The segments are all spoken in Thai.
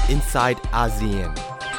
inside ASEAN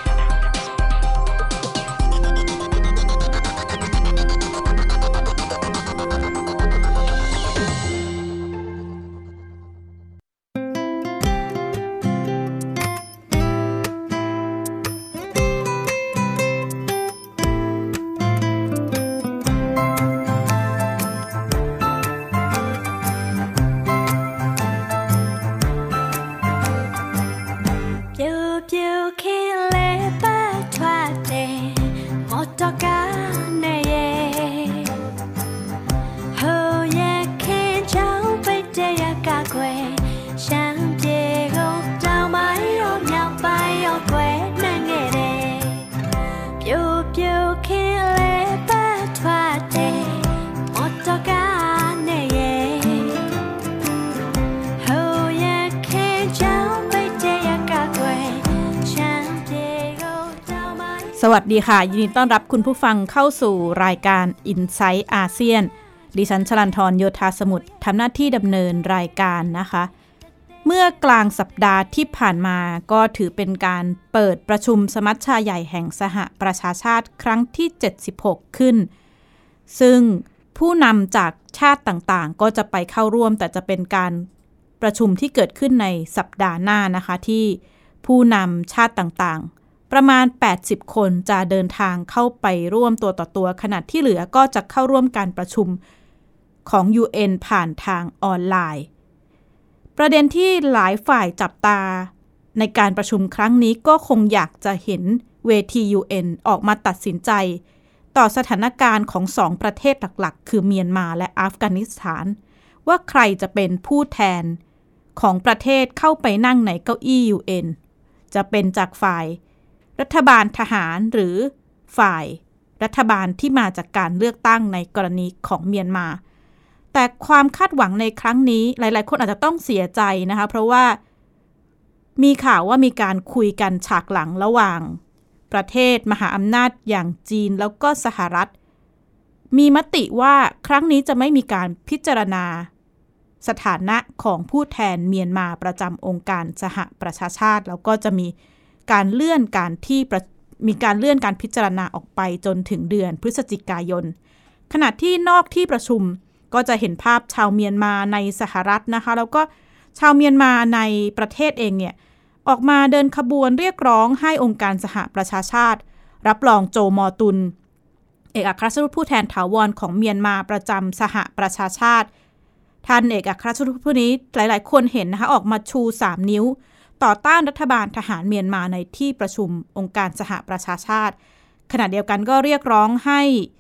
สวัสดีค่ะยินดีต้อนรับคุณผู้ฟังเข้าสู่รายการ Insight อาเซียนดิฉันชลันธรโยธาสมุทรทำหน้าที่ดำเนินรายการนะคะเมื่อกลางสัปดาห์ที่ผ่านมาก็ถือเป็นการเปิดประชุมสมัชชาใหญ่แห่งสหประชาชาติครั้งที่76ขึ้นซึ่งผู้นำจากชาติต่างๆก็จะไปเข้าร่วมแต่จะเป็นการประชุมที่เกิดขึ้นในสัปดาห์หน้านะคะที่ผู้นำชาติต่างๆประมาณ80คนจะเดินทางเข้าไปร่วมตัวต่อตัวขณะที่เหลือก็จะเข้าร่วมการประชุมของ UN ผ่านทางออนไลน์ประเด็นที่หลายฝ่ายจับตาในการประชุมครั้งนี้ก็คงอยากจะเห็นเวที UN ออกมาตัดสินใจต่อสถานการณ์ของ2ประเทศหลักๆคือเมียนมาและอัฟกานิสถานว่าใครจะเป็นผู้แทนของประเทศเข้าไปนั่งในเก้าอี้ UN จะเป็นจากฝ่ายรัฐบาลทหารหรือฝ่ายรัฐบาลที่มาจากการเลือกตั้งในกรณีของเมียนมาแต่ความคาดหวังในครั้งนี้หลายๆคนอาจจะต้องเสียใจนะคะเพราะว่ามีข่าวว่ามีการคุยกันฉากหลังระหว่างประเทศมหาอำนาจอย่างจีนแล้วก็สหรัฐมีมติว่าครั้งนี้จะไม่มีการพิจารณาสถานะของผู้แทนเมียนมาประจำองค์การสหประชาชาติแล้วก็จะมีการเลื่อนการพิจารณาออกไปจนถึงเดือนพฤศจิกายนขณะที่นอกที่ประชุมก็จะเห็นภาพชาวเมียนมาในสหรัฐนะคะแล้วก็ชาวเมียนมาในประเทศเองเนี่ยออกมาเดินขบวนเรียกร้องให้องค์การสหประชาชาติรับรองโจมอตุลเอกอัครราชทูตผู้แทนถาวรของเมียนมาประจำสหประชาชาติท่านเอกอัครราชทูตผู้นี้หลายๆคนเห็นนะคะออกมาชู3นิ้วต่อต้านรัฐบาลทหารเมียนมาในที่ประชุมองค์การสหประชาชาติขณะเดียวกันก็เรียกร้องให้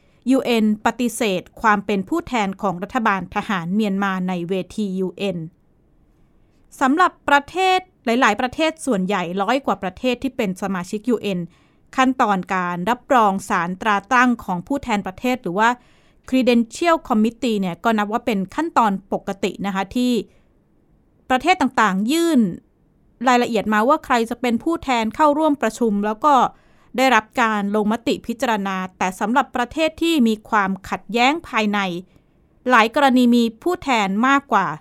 UN ปฏิเสธความเป็นผู้แทนของรัฐบาลทหารเมียนมาในเวที UN สำหรับประเทศหลายๆประเทศส่วนใหญ่100กว่าประเทศที่เป็นสมาชิก UN ขั้นตอนการรับรองสารตราตั้งของผู้แทนประเทศหรือว่า Credential Committee เนี่ยก็นับว่าเป็นขั้นตอนปกตินะคะที่ประเทศต่างๆยื่นรายละเอียดมาว่าใครจะเป็นผู้แทนเข้าร่วมประชุมแล้วก็ได้รับการลงมติพิจารณาแต่สำหรับประเทศที่มีความขัดแย้งภายในหลายกรณีมีผู้แทนมากกว่า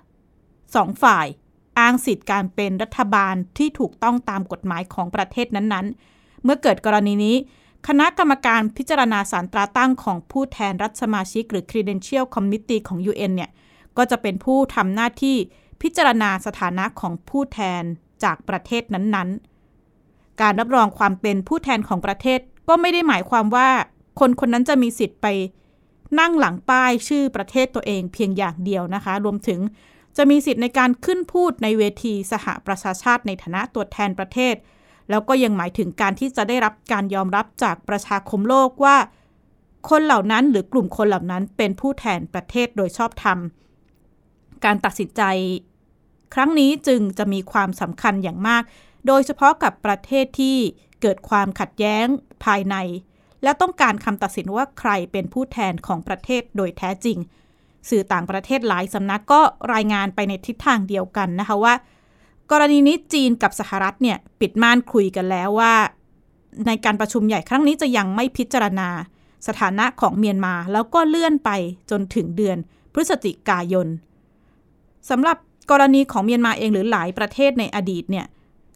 2ฝ่ายอ้างสิทธิการเป็นรัฐบาลที่ถูกต้องตามกฎหมายของประเทศนั้นๆเมื่อเกิดกรณีนี้คณะกรรมการพิจารณาสารตราตั้งของผู้แทนรัฐสมาชิกหรือ Credential Committee ของ UN เนี่ยก็จะเป็นผู้ทำหน้าที่พิจารณาสถานะของผู้แทนจากประเทศนั้นๆการรับรองความเป็นผู้แทนของประเทศก็ไม่ได้หมายความว่าคนคนนั้นจะมีสิทธิ์ไปนั่งหลังป้ายชื่อประเทศตัวเองเพียงอย่างเดียวนะคะรวมถึงจะมีสิทธิ์ในการขึ้นพูดในเวทีสหประชาชาติในฐานะตัวแทนประเทศแล้วก็ยังหมายถึงการที่จะได้รับการยอมรับจากประชาคมโลกว่าคนเหล่านั้นหรือกลุ่มคนเหล่านั้นเป็นผู้แทนประเทศโดยชอบธรรมการตัดสินใจครั้งนี้จึงจะมีความสำคัญอย่างมากโดยเฉพาะกับประเทศที่เกิดความขัดแย้งภายในและต้องการคำตัดสินว่าใครเป็นผู้แทนของประเทศโดยแท้จริงสื่อต่างประเทศหลายสำนักก็รายงานไปในทิศทางเดียวกันนะคะว่ากรณีนี้จีนกับสหรัฐเนี่ยปิดม่านคุยกันแล้วว่าในการประชุมใหญ่ครั้งนี้จะยังไม่พิจารณาสถานะของเมียนมาแล้วก็เลื่อนไปจนถึงเดือนพฤศจิกายนสำหรับกรณีของเมียนมาเองหรือหลายประเทศในอดีตเนี่ย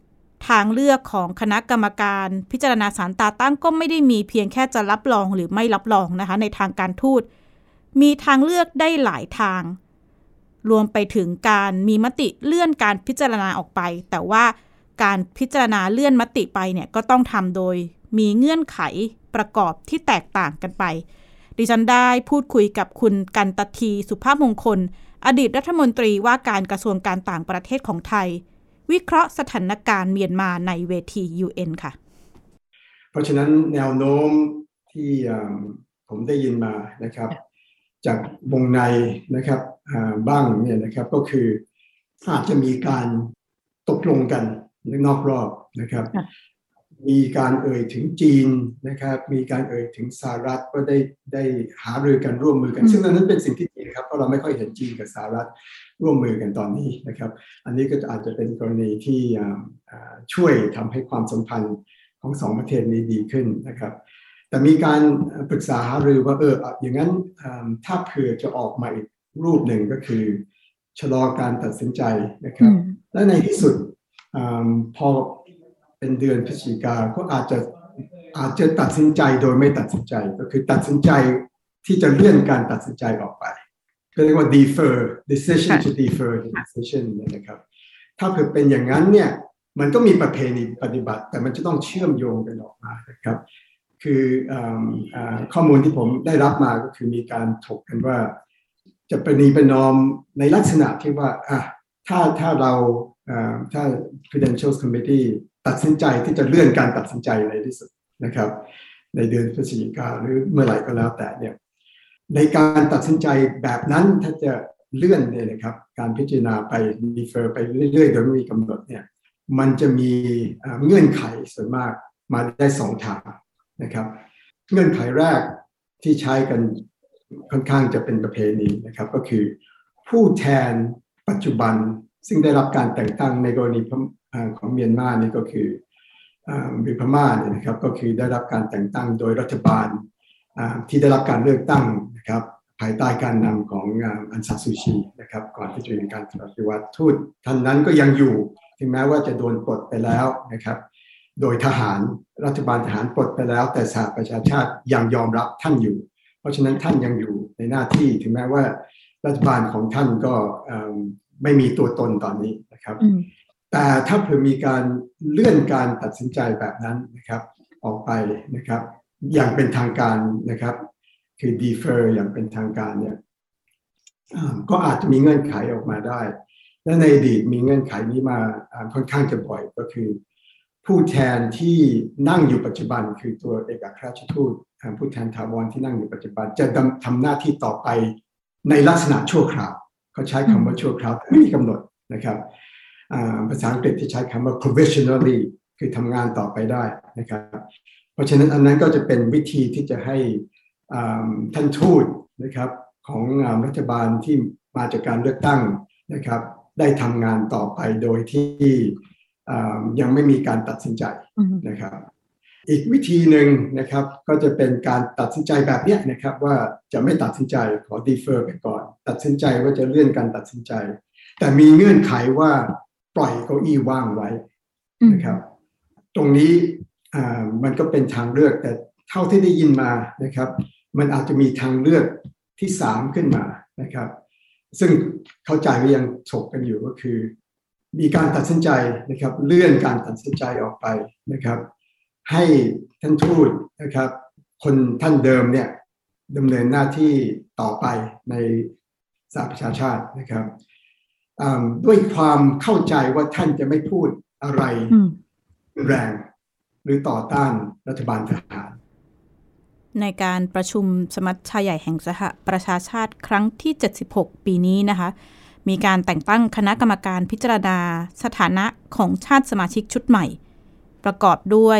ทางเลือกของคณะกรรมการพิจารณาศาลตราตั้งก็ไม่ได้มีเพียงแค่จะรับรองหรือไม่รับรองนะคะในทางการทูตมีทางเลือกได้หลายทางรวมไปถึงการมีมติเลื่อนการพิจารณาออกไปแต่ว่าการพิจารณาเลื่อนมติไปเนี่ยก็ต้องทำโดยมีเงื่อนไขประกอบที่แตกต่างกันไปดิฉันได้พูดคุยกับคุณกันตทีสุภาพมงคลอดีตรัฐมนตรีว่าการกระทรวงการต่างประเทศของไทยวิเคราะห์สถานการณ์เมียนมาในเวที UN ค่ะเพราะฉะนั้นแนวโน้มที่ผมได้ยินมานะครับจากวงในนะครับบ้างเนี่ยนะครับก็คืออาจจะมีการตกลงกันนอกรอบนะครับมีการเอ่ยถึงจีนนะครับมีการเอ่ยถึงสหรัฐก็ได้หารือกันร่วมมือกันซึ่งนั้นเป็นสิ่งที่ดีครับเพราะเราไม่ค่อยเห็นจีนกับสหรัฐร่วมมือกันตอนนี้นะครับอันนี้ก็อาจจะเป็นกรณีที่ช่วยทำให้ความสัมพันธ์ของสองประเทศนี้ดีขึ้นนะครับแต่มีการปรึกษาหารือว่าอย่างนั้นถ้าเผื่อจะออกมาอีกรูปหนึ่งก็คือชะลอการตัดสินใจนะครับและในที่สุดพอเป็นเดือนพฤศจิกาก็อาจจะตัดสินใจโดยไม่ตัดสินใจก็คือตัดสินใจที่จะเลื่อนการตัดสินใจออกไปก็เรียกว่า decision to defer the decision นะครับถ้าเผื่อเป็นอย่างนั้นเนี่ยมันก็มีประเพณีปฏิบัติแต่มันจะต้องเชื่อมโยงกันออกมานะครับคือข้อมูลที่ผมได้รับมาก็คือมีการถกกันว่าจะประนีประนอมในลักษณะที่ว่าถ้าเราถ้า Credentials Committee ตัดสินใจที่จะเลื่อนการตัดสินใจในที่สุดนะครับในเดือนพฤศจิกาหรือเมื่อไหร่ก็แล้วแต่เนี่ยในการตัดสินใจแบบนั้นถ้าจะเลื่อนเนี่ยนะครับการพิจารณาไป defer ไปเรื่อยๆโดยไม่มีกำหนดเนี่ยมันจะมีเงื่อนไขส่วนมากมาได้2ทางนะครับเงื่อนไขแรกที่ใช้กันค่อนข้างจะเป็นประเพณีนะครับก็คือผู้แทนปัจจุบันซึ่งได้รับการแต่งตั้งในกรณีของเมียนมานี่ก็คือหรือพม่าเนี่ยนะครับก็คือได้รับการแต่งตั้งโดยรัฐบาลที่ได้รับการเลือกตั้งนะครับภายใต้การนำของอันซาซูชีนะครับก่อนที่จะมีการปฏิวัติทูตท่านนั้นก็ยังอยู่ถึงแม้ว่าจะโดนปลดไปแล้วนะครับโดยทหารรัฐบาลทหารปลดไปแล้วแต่สหประชาชาติยังยอมรับท่านอยู่เพราะฉะนั้นท่านยังอยู่ในหน้าที่ถึงแม้ว่ารัฐบาลของท่านก็ไม่มีตัวตนตอนนี้นะครับแต่ถ้าเผื่อมีการเลื่อนการตัดสินใจแบบนั้นนะครับออกไปนะครับอย่างเป็นทางการนะครับคือ defer อย่างเป็นทางการเนี่ยก็อาจจะมีเงื่อนไขออกมาได้และในอดีตมีเงื่อนไขนี้มาค่อนข้างจะบ่อยก็คือผู้แทนที่นั่งอยู่ปัจจุบันคือตัวเอกอัครราชทูตผู้แทนถาวรที่นั่งอยู่ปัจจุบันจะทำหน้าที่ต่อไปในลักษณะชั่วคราวเขาใช้คำว่าชั่วคราวไม่มีกำหนดนะครับภาษาอังกฤษที่ใช้คำว่า provisionally คือทำงานต่อไปได้นะครับเพราะฉะนั้นอันนั้นก็จะเป็นวิธีที่จะให้ท่านทูตนะครับของรัฐบาลที่มาจากการเลือกตั้งนะครับได้ทำงานต่อไปโดยที่ยังไม่มีการตัดสินใจนะครับอีกวิธีหนึ่งนะครับก็จะเป็นการตัดสินใจแบบนี้นะครับว่าจะไม่ตัดสินใจขอ defer ไปก่อนตัดสินใจว่าจะเลื่อนการตัดสินใจแต่มีเงื่อนไขว่าปล่อยเก้าอี้ว่างไว้นะครับตรงนี้มันก็เป็นทางเลือกแต่เท่าที่ได้ยินมานะครับมันอาจจะมีทางเลือกที่3ขึ้นมานะครับซึ่งเข้าใจว่ายังถกกันอยู่ก็คือมีการตัดสินใจนะครับเลื่อนการตัดสินใจออกไปนะครับให้ท่านทูตนะครับคนท่านเดิมเนี่ยดำเนินหน้าที่ต่อไปในสหประชาชาตินะครับด้วยความเข้าใจว่าท่านจะไม่พูดอะไรแรงหรือต่อต้านรัฐบาลทหารในการประชุมสมัชชาใหญ่แห่งสหประชาชาติครั้งที่76ปีนี้นะคะมีการแต่งตั้งคณะกรรมการพิจารณาสถานะของชาติสมาชิกชุดใหม่ประกอบด้วย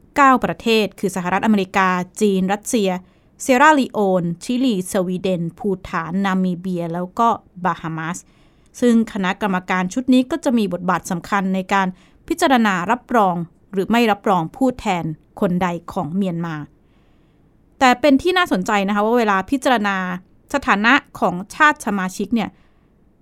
9ประเทศคือสหรัฐอเมริกาจีนรัสเซียเซราลีโอนชิลีสวีเดนภูฏานนามิเบียแล้วก็บาฮามาสซึ่งคณะกรรมการชุดนี้ก็จะมีบทบาทสำคัญในการพิจารณารับรองหรือไม่รับรองผู้แทนคนใดของเมียนมาแต่เป็นที่น่าสนใจนะคะว่าเวลาพิจารณาสถานะของชาติสมาชิกเนี่ย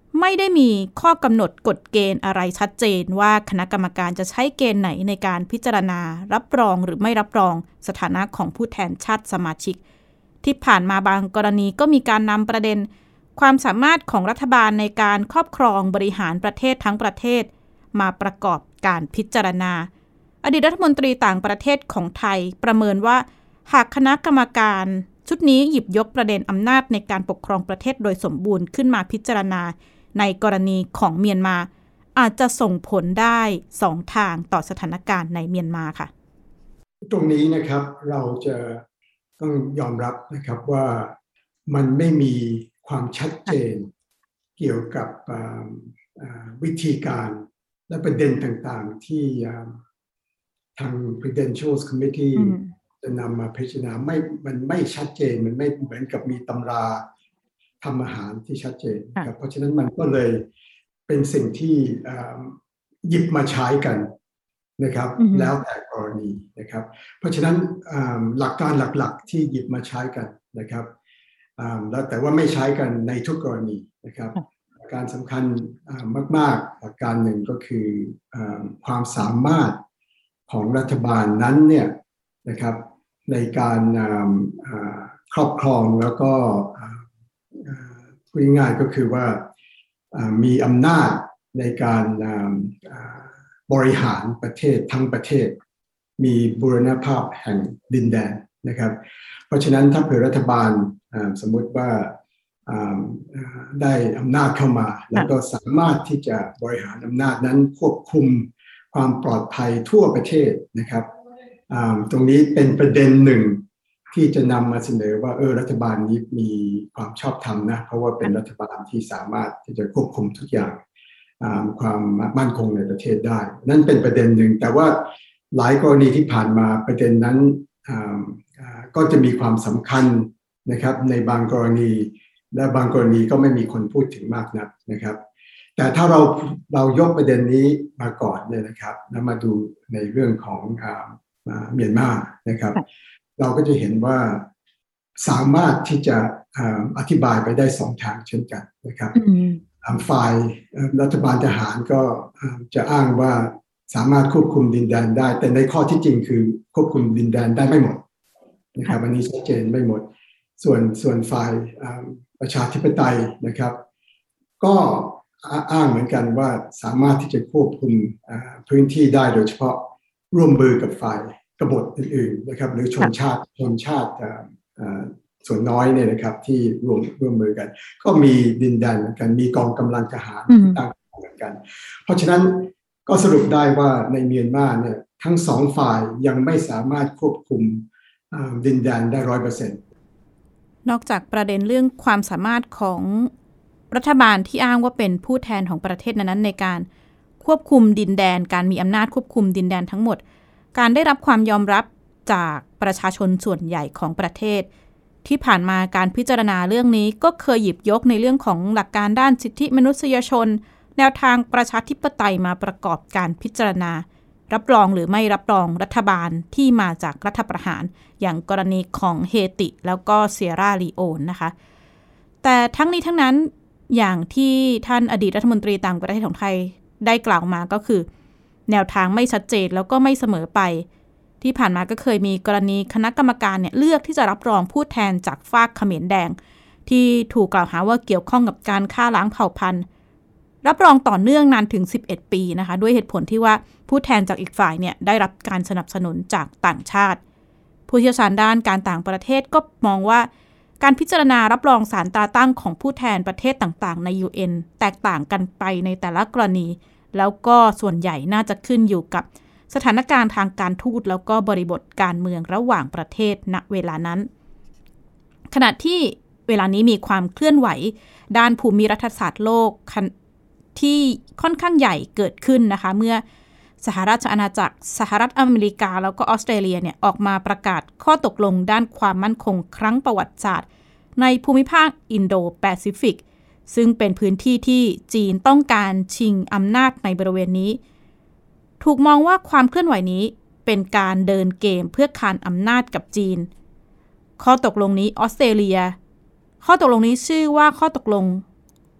ไม่ได้มีข้อกำหนดกฎเกณฑ์อะไรชัดเจนว่าคณะกรรมการจะใช้เกณฑ์ไหนในการพิจารณารับรองหรือไม่รับรองสถานะของผู้แทนชาติสมาชิกที่ผ่านมาบางกรณีก็มีการนำประเด็นความสามารถของรัฐบาลในการครอบครองบริหารประเทศทั้งประเทศมาประกอบการพิจารณาอดีตรัฐมนตรีต่างประเทศของไทยประเมินว่าหากคณะกรรมการชุดนี้หยิบยกประเด็นอำนาจในการปกครองประเทศโดยสมบูรณ์ขึ้นมาพิจารณาในกรณีของเมียนมาอาจจะส่งผลได้2 ทางต่อสถานการณ์ในเมียนมาค่ะตรงนี้นะครับเราจะต้องยอมรับนะครับว่ามันไม่มีความชัดเจนเกี่ยวกับวิธีการและประเด็นต่างๆที่ทาง Prudential Committee จะนำมาพิจารณามันไม่ชัดเจนมันไม่เหมือนกับมีตำราทำอาหารที่ชัดเจนครับเพราะฉะนั้นมันก็เลยเป็นสิ่งที่หยิบมาใช้กันนะครับแล้วแต่กรณีนะครับเพราะฉะนั้นหลักการหลักๆที่หยิบมาใช้กันนะครับแล้วแต่ว่าไม่ใช้กันในทุกกรณีนะครับการสำคัญมากๆหลักการหนึ่งก็คือความสามารถของรัฐบาลนั้นเนี่ยนะครับในการครอบครองแล้วก็พูดง่ายๆก็คือว่ามีอำนาจในการบริหารประเทศทั้งประเทศมีบูรณภาพแห่งดินแดนนะครับเพราะฉะนั้นถ้าเผื่อรัฐบาลสมมุติว่าได้อำนาจเข้ามาแล้วก็สามารถที่จะบริหารอำนาจนั้นควบคุมความปลอดภัยทั่วประเทศนะครับตรงนี้เป็นประเด็นหนึ่งที่จะนำมาเสนอว่ารัฐบาลนี้มีความชอบธรรมนะเพราะว่าเป็นรัฐบาลที่สามารถที่จะควบคุมทุกอย่างความมั่นคงในประเทศได้นั่นเป็นประเด็นหนึ่งแต่ว่าหลายกรณีที่ผ่านมาประเด็นนั้นก็จะมีความสำคัญนะครับในบางกรณีและบางกรณีก็ไม่มีคนพูดถึงมากนักนะครับแต่ถ้าเรายกประเด็นนี้มาก่อนเนี่ยนะครับแล้วมาดูในเรื่องของเมียนมานะครับเราก็จะเห็นว่าสามารถที่จะอธิบายไปได้2 ทางเช่นกันนะครับฝ่ายรัฐบาลทหารก็จะอ้างว่าสามารถควบคุมดินแดนได้แต่ในข้อที่จริงคือควบคุมดินแดนได้ไม่หมดนะครับอันนี้ชัดเจนไม่หมดส่วนฝ่ายประชาธิปไตยนะครับก็อ้างเหมือนกันว่าสามารถที่จะควบคุมพื้นที่ได้โดยเฉพาะร่วมมือกับฝ่ายกบฏอื่นๆนะครับหรือชนชาติส่วนน้อยเนี่ยนะครับที่ร่วมมือกันก็มีดินแดนเหมือนกันมีกองกำลังทหารตั้งเหมือนกันเพราะฉะนั้นก็สรุปได้ว่าในเมียนมาเนี่ยทั้ง2 ฝ่ายยังไม่สามารถควบคุมดินแดนได้ 100% นอกจากประเด็นเรื่องความสามารถของรัฐบาลที่อ้างว่าเป็นผู้แทนของประเทศนั้นในการควบคุมดินแดนการมีอำนาจควบคุมดินแดนทั้งหมดการได้รับความยอมรับจากประชาชนส่วนใหญ่ของประเทศที่ผ่านมาการพิจารณาเรื่องนี้ก็เคยหยิบยกในเรื่องของหลักการด้านสิทธิมนุษยชนแนวทางประชาธิปไตยมาประกอบการพิจารณารับรองหรือไม่รับรองรัฐบาลที่มาจากรัฐประหารอย่างกรณีของเฮติแล้วก็เซียร่าลีโอนนะคะแต่ทั้งนี้ทั้งนั้นอย่างที่ท่านอดีตรัฐมนตรีต่างประเทศของไทยได้กล่าวมาก็คือแนวทางไม่ชัดเจนแล้วก็ไม่เสมอไปที่ผ่านมาก็เคยมีกรณีคณะกรรมการเนี่ยเลือกที่จะรับรองผู้แทนจากฝากเขมรแดงที่ถูกกล่าวหาว่าเกี่ยวข้องกับการฆ่าล้างเผ่าพันธุ์รับรองต่อเนื่องนานถึง11 ปีนะคะด้วยเหตุผลที่ว่าผู้แทนจากอีกฝ่ายเนี่ยได้รับการสนับสนุนจากต่างชาติผู้เชี่ยวชาญด้านการต่างประเทศก็มองว่าการพิจารณารับรองศาลตราตั้งของผู้แทนประเทศต่างๆใน UN แตกต่างกันไปในแต่ละกรณีแล้วก็ส่วนใหญ่น่าจะขึ้นอยู่กับสถานการณ์ทางการทูตแล้วก็บริบทการเมืองระหว่างประเทศณเวลานั้นขณะที่เวลานี้มีความเคลื่อนไหวด้านภูมิรัฐศาสตร์โลกที่ค่อนข้างใหญ่เกิดขึ้นนะคะเมื่อสหราชอาณาจักรสหรัฐอเมริกาแล้วก็ออสเตรเลียเนี่ยออกมาประกาศข้อตกลงด้านความมั่นคงครั้งประวัติศาสตร์ในภูมิภาคอินโดแปซิฟิกซึ่งเป็นพื้นที่ที่จีนต้องการชิงอำนาจในบริเวณนี้ถูกมองว่าความเคลื่อนไหวนี้เป็นการเดินเกมเพื่อคานอำนาจกับจีนข้อตกลงนี้ออสเตรเลียข้อตกลงนี้ชื่อว่าข้อตกลง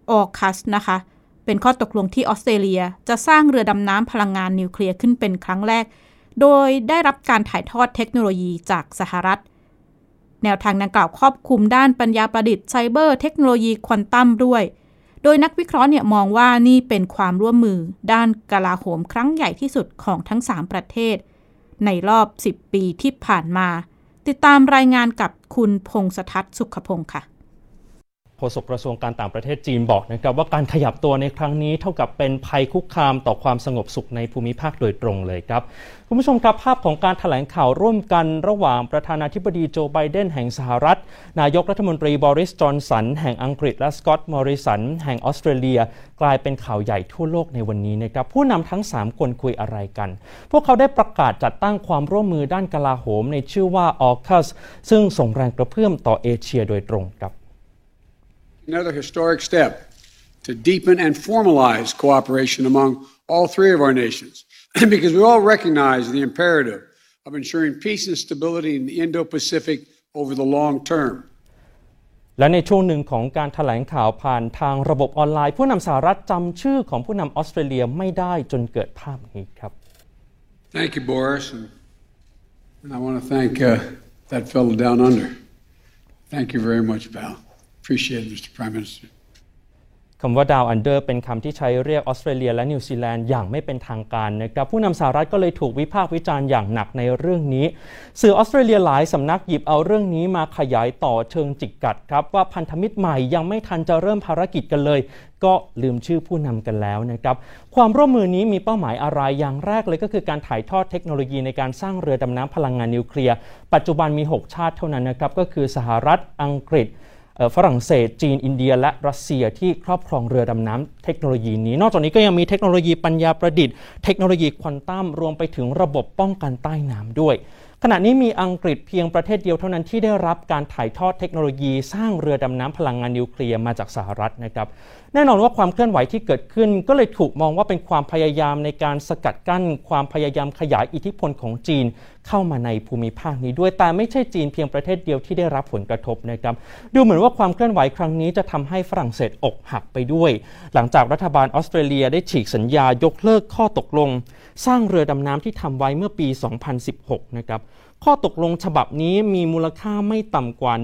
AUKUS นะคะเป็นข้อตกลงที่ออสเตรเลียจะสร้างเรือดำน้ำพลังงานนิวเคลียร์ขึ้นเป็นครั้งแรกโดยได้รับการถ่ายทอดเทคโนโลยีจากสหรัฐแนวทางดังกล่าวครอบคลุมด้านปัญญาประดิษฐ์ไซเบอร์เทคโนโลยีควอนตัมด้วยโดยนักวิเคราะห์มองว่านี่เป็นความร่วมมือด้านกลาโหมครั้งใหญ่ที่สุดของทั้ง3ประเทศในรอบ10ปีที่ผ่านมาติดตามรายงานกับคุณพงษ์สทัศน์สุขพงษ์ค่ะโฆษกกระทรวงการต่างประเทศจีนบอกนะครับว่าการขยับตัวในครั้งนี้เท่ากับเป็นภัยคุกคามต่อความสงบสุขในภูมิภาคโดยตรงเลยครับคุณผู้ชมครับภาพของการแถลงข่าวร่วมกันระหว่างประธานาธิบดีโจไบเดนแห่งสหรัฐนายกรัฐมนตรีบอริสจอนสันแห่งอังกฤษและสกอตต์มอริสันแห่งออสเตรเลียกลายเป็นข่าวใหญ่ทั่วโลกในวันนี้นะครับผู้นำทั้ง3คนคุยอะไรกันพวกเขาได้ประกาศจัดตั้งความร่วมมือด้านกลาโหมในชื่อว่า AUKUS ซึ่งส่งแรงกระเพื่อมต่อเอเชียโดยตรงครับ Another historic step to deepen and formalize cooperation among all three of our nations, because we all recognize the imperative of ensuring peace and stability in the Indo-Pacific over the long term. และในช่วงหนึ่งของการแถลงข่าวผ่านทางระบบออนไลน์ผู้นำสหรัฐจำชื่อของผู้นำออสเตรเลียไม่ได้จนเกิดภาพนี้ครับ Thank you, Boris, and I want to thank that fellow down under. Thank you very much, pal.Appreciate it, Mr. Prime Minister. คำว่า Down Under เป็นคำที่ใช้เรียกออสเตรเลียและนิวซีแลนด์อย่างไม่เป็นทางการนะครับผู้นำสหรัฐก็เลยถูกวิพากษ์วิจารณ์อย่างหนักในเรื่องนี้สื่อออสเตรเลียหลายสำนักหยิบเอาเรื่องนี้มาขยายต่อเชิงจิกกัดครับว่าพันธมิตรใหม่ยังไม่ทันจะเริ่มภารกิจกันเลยก็ลืมชื่อผู้นำกันแล้วนะครับความร่วมมือนี้มีเป้าหมายอะไรอย่างแรกเลยก็คือการถ่ายทอดเทคโนโลยีในการสร้างเรือดำน้ำพลังงานนิวเคลียร์ปัจจุบันมี6ชาติเท่านั้นนะครับก็คือสหรัฐอังกฤษฝรั่งเศสจีนอินเดียและรัสเซียที่ครอบครองเรือดำน้ำเทคโนโลยีนี้นอกจากนี้ก็ยังมีเทคโนโลยีปัญญาประดิษฐ์เทคโนโลยีควอนตัมรวมไปถึงระบบป้องกันใต้น้ำด้วยขณะนี้มีอังกฤษเพียงประเทศเดียวเท่านั้นที่ได้รับการถ่ายทอดเทคโนโลยีสร้างเรือดำน้ำพลังงานนิวเคลียร์มาจากสหรัฐนะครับแน่นอนว่าความเคลื่อนไหวที่เกิดขึ้นก็เลยถูกมองว่าเป็นความพยายามในการสกัดกั้นความพยายามขยายอิทธิพลของจีนเข้ามาในภูมิภาคนี้ด้วยแต่ไม่ใช่จีนเพียงประเทศเดียวที่ได้รับผลกระทบนะครับดูเหมือนว่าความเคลื่อนไหวครั้งนี้จะทำให้ฝรั่งเศสอกหักไปด้วยหลังจากรัฐบาลออสเตรเลียได้ฉีกสัญญายกเลิกข้อตกลงสร้างเรือดำน้ำที่ทำไว้เมื่อปี 2016 นะครับข้อตกลงฉบับนี้มีมูลค่าไม่ต่ำกว่า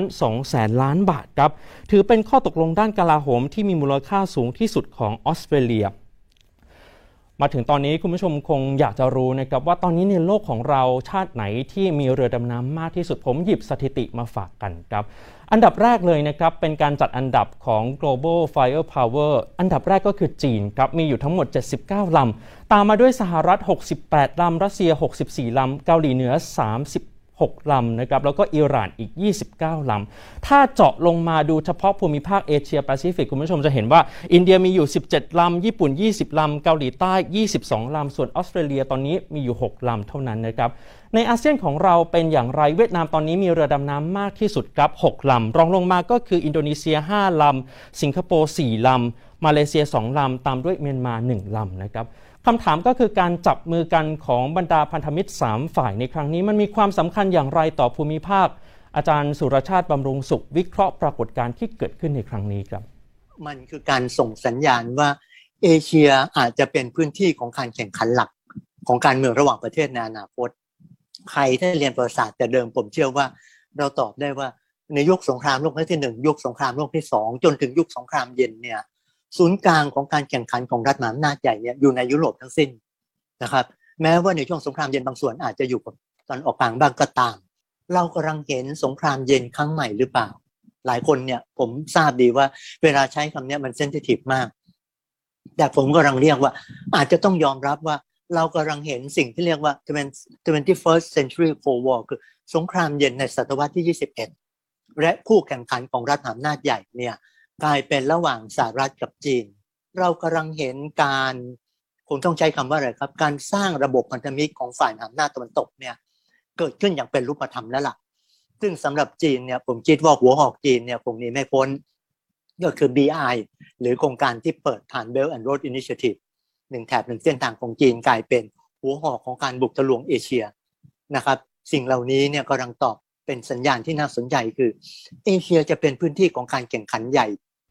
1.2 ล้านบาทครับถือเป็นข้อตกลงด้านกลาโหมที่มีมูลค่าสูงที่สุดของออสเตรเลียมาถึงตอนนี้คุณผู้ชมคงอยากจะรู้นะครับว่าตอนนี้ในโลกของเราชาติไหนที่มีเรือดำน้ำมากที่สุดผมหยิบสถิติมาฝากกันครับอันดับแรกเลยนะครับเป็นการจัดอันดับของ Global Firepower อันดับแรกก็คือจีนครับมีอยู่ทั้งหมด79ลำตามมาด้วยสหรัฐ68ลำรัสเซีย64ลำเกาหลีเหนือ36ลำนะครับแล้วก็อิหร่านอีก29ลำถ้าเจาะลงมาดูเฉพาะภูมิภาคเอเชียแปซิฟิกคุณผู้ชมจะเห็นว่าอินเดียมีอยู่17ลำญี่ปุ่น20ลำเกาหลีใต้22ลำส่วนออสเตรเลียตอนนี้มีอยู่6ลำเท่านั้นนะครับในอาเซียนของเราเป็นอย่างไรเวียดนามตอนนี้มีเรือดำน้ำมากที่สุดครับ6ลำรองลงมาก็คืออินโดนีเซีย5ลำสิงคโปร์4ลำมาเลเซีย2ลำตามด้วยเมียนมา1ลำนะครับคำถามก็คือการจับมือกันของบรรดาพันธมิตร3ฝ่ายในครั้งนี้มันมีความสำคัญอย่างไรต่อภูมิภาคอาจารย์สุรชาติบำรุงสุขวิเคราะห์ปรากฏการณ์ที่เกิดขึ้นในครั้งนี้ครับมันคือการส่งสัญญาณว่าเอเชียอาจจะเป็นพื้นที่ของการแข่งขันหลักของการเมืองระหว่างประเทศในอนาคตใครที่เรียนประวัติศาสตร์แต่เดิมผมเชื่อว่าเราตอบได้ว่าในยุคสงครามโลกครั้งที่1ยุคสงครามโลกที่2จนถึงยุคสงครามเย็นเนี่ยศูนย์กลางของการแข่งขันของรัฐมหาอำนาจใหญ่เนี่ยอยู่ในยุโรปทั้งสิ้นนะครับแม้ว่าในช่วงสงครามเย็นบางส่วนอาจจะอยู่กับตอนออกกลางบ้างก็ตามเรากำลังเห็นสงครามเย็นครั้งใหม่หรือเปล่าหลายคนเนี่ยผมทราบดีว่าเวลาใช้คำนี้มันเซนซิทีฟมากแต่ผมกำลังเรียกว่าอาจจะต้องยอมรับว่าเรากำลังเห็นสิ่งที่เรียกว่า 21st century Cold War คือสงครามเย็นในศตวรรษที่21และคู่แข่งขันของรัฐมหาอำนาจใหญ่เนี่ยกลายเป็นระหว่างสหรัฐกับจีนเรากำลังเห็นการคงต้องใช้คำว่าอะไรครับการสร้างระบบพันธมิตรของฝ่ายอำนาจตะวันตกเนี่ยเกิดขึ้นอย่างเป็นรูปธรรมแล้วล่ะซึ่งสำหรับจีนเนี่ยผมคิดว่าหัวหอกจีนเนี่ยคงหนีไม่พ้นก็คือ BRI หรือโครงการที่เปิดผ่าน Belt and Road Initiative 1แถบ1เส้นทางของจีนกลายเป็นหัวหอกของการบุกทะลวงเอเชียนะครับสิ่งเหล่านี้เนี่ยกำลังตอบเป็นสัญญาณที่น่าสนใจคือเอเชียจะเป็นพื้นที่ของการแข่งขันใหญ่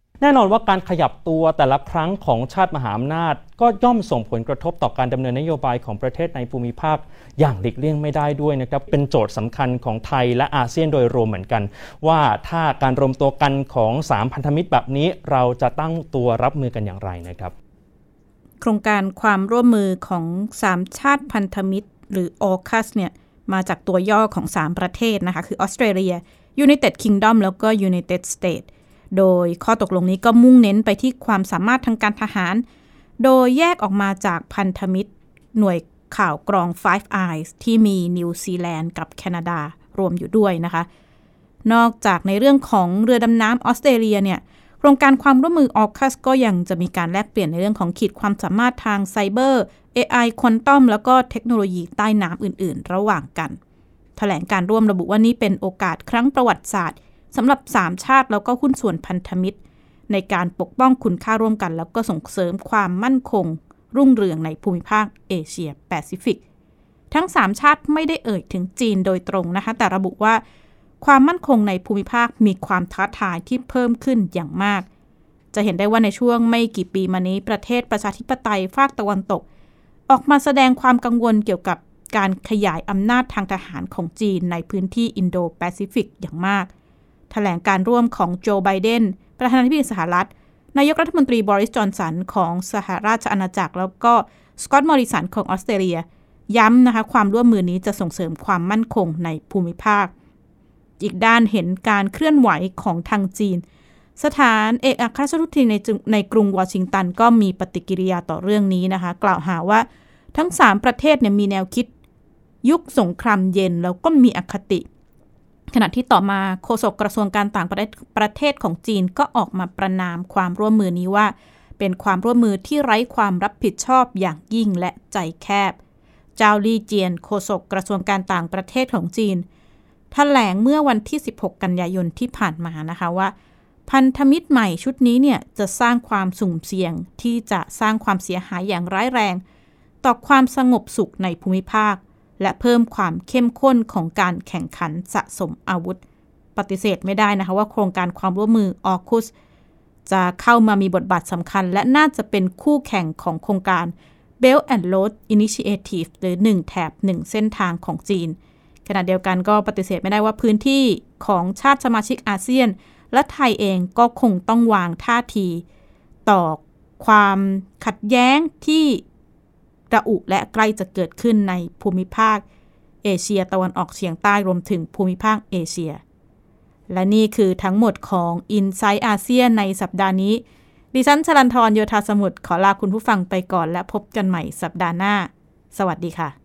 แน่นอนว่าการขยับตัวแต่ละครั้งของชาติมหาอำนาจก็ย่อมส่งผลกระทบต่อการดำเนินนโยบายของประเทศในภูมิภาคอย่างหลีกเลี่ยงไม่ได้ด้วยนะครับเป็นโจทย์สำคัญของไทยและอาเซียนโดยรวมเหมือนกันว่าถ้าการรวมตัวกันของ3พันธมิตรแบบนี้เราจะตั้งตัวรับมือกันอย่างไรนะครับโครงการความร่วมมือของ3ชาติพันธมิตรหรือ AUKUS เนี่ยมาจากตัวย่อของ3ประเทศนะคะคือออสเตรเลีย United Kingdom แล้วก็ United States โดยข้อตกลงนี้ก็มุ่งเน้นไปที่ความสามารถทางการทหารโดยแยกออกมาจากพันธมิตรหน่วยข่าวกรอง Five Eyes ที่มีนิวซีแลนด์กับแคนาดารวมอยู่ด้วยนะคะนอกจากในเรื่องของเรือดำน้ำออสเตรเลียเนี่ยโครงการความร่วมมือ AUKUS ก็ยังจะมีการแลกเปลี่ยนในเรื่องของขีดความสามารถทางไซเบอร์ AI ควอนตัมแล้วก็เทคโนโลยีใต้น้ำอื่นๆระหว่างกันแถลงการร่วมระบุว่านี่เป็นโอกาสครั้งประวัติศาสตร์สำหรับ3ชาติแล้วก็หุ้นส่วนพันธมิตรในการปกป้องคุณค่าร่วมกันแล้วก็ส่งเสริมความมั่นคงรุ่งเรืองในภูมิภาคเอเชียแปซิฟิกทั้ง3ชาติไม่ได้เอ่ยถึงจีนโดยตรงนะคะแต่ระบุว่าความมั่นคงในภูมิภาคมีความท้าทายที่เพิ่มขึ้นอย่างมากจะเห็นได้ว่าในช่วงไม่กี่ปีมานี้ประเทศประชาธิปไตยภาคตะวันตกออกมาแสดงความกังวลเกี่ยวกับการขยายอำนาจทางทหารของจีนในพื้นที่อินโดแปซิฟิกอย่างมากแถลงการร่วมของโจไบเดนประธานาธิบดีสหรัฐนายกรัฐมนตรีบริส จอนสันของสหราชอาณาจักรแล้วก็สกอตต์มอริสันของออสเตรเลียย้ำนะคะความร่วมมือนี้จะส่งเสริมความมั่นคงในภูมิภาคอีกด้านเห็นการเคลื่อนไหวของทางจีนสถานเอกอัครราชทูตในกรุงวอชิงตันก็มีปฏิกิริยาต่อเรื่องนี้นะคะกล่าวหาว่าทั้ง3ประเทศเนี่ยมีแนวคิดยุคสงครามเย็นแล้วก็มีอคติขณะที่ต่อมาโฆษกกระทรวงการต่างประเทศของจีนก็ออกมาประณามความร่วมมือนี้ว่าเป็นความร่วมมือที่ไร้ความรับผิดชอบอย่างยิ่งและใจแคบเจ้าลี่เจียนโฆษกกระทรวงการต่างประเทศของจีนแถลงเมื่อวันที่16กันยายนที่ผ่านมานะคะว่าพันธมิตรใหม่ชุดนี้เนี่ยจะสร้างความสุ่มเสี่ยงที่จะสร้างความเสียหายอย่างร้ายแรงต่อความสงบสุขในภูมิภาคและเพิ่มความเข้มข้นของการแข่งขันสะสมอาวุธปฏิเสธไม่ได้นะคะว่าโครงการความร่วมมือ AUKUS จะเข้ามามีบทบาทสำคัญและน่าจะเป็นคู่แข่งของโครงการ Belt and Road Initiative หรือ1แถบ1เส้นทางของจีนขณะเดียวกันก็ปฏิเสธไม่ได้ว่าพื้นที่ของชาติสมาชิกอาเซียนและไทยเองก็คงต้องวางท่าทีต่อความขัดแย้งที่ระอุและใกล้จะเกิดขึ้นในภูมิภาคเอเชียตะวันออกเฉียงใต้รวมถึงภูมิภาคเอเชียและนี่คือทั้งหมดของ Insight อาเซียนในสัปดาห์นี้ดิฉันชลันทรโยธาสมุทรขอลาคุณผู้ฟังไปก่อนและพบกันใหม่สัปดาห์หน้าสวัสดีค่ะ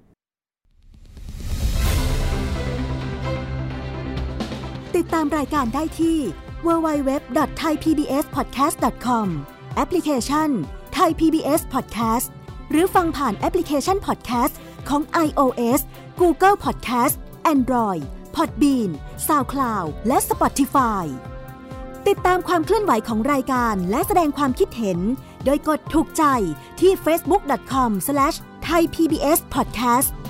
ติดตามรายการได้ที่ www.thaipbspodcast.com แอปพลิเคชัน Thai PBS Podcast หรือฟังผ่านแอปพลิเคชัน Podcast ของ iOS, Google Podcast, Android, Podbean, SoundCloud และ Spotify ติดตามความเคลื่อนไหวของรายการและแสดงความคิดเห็นโดยกดถูกใจที่ facebook.com/thaipbspodcast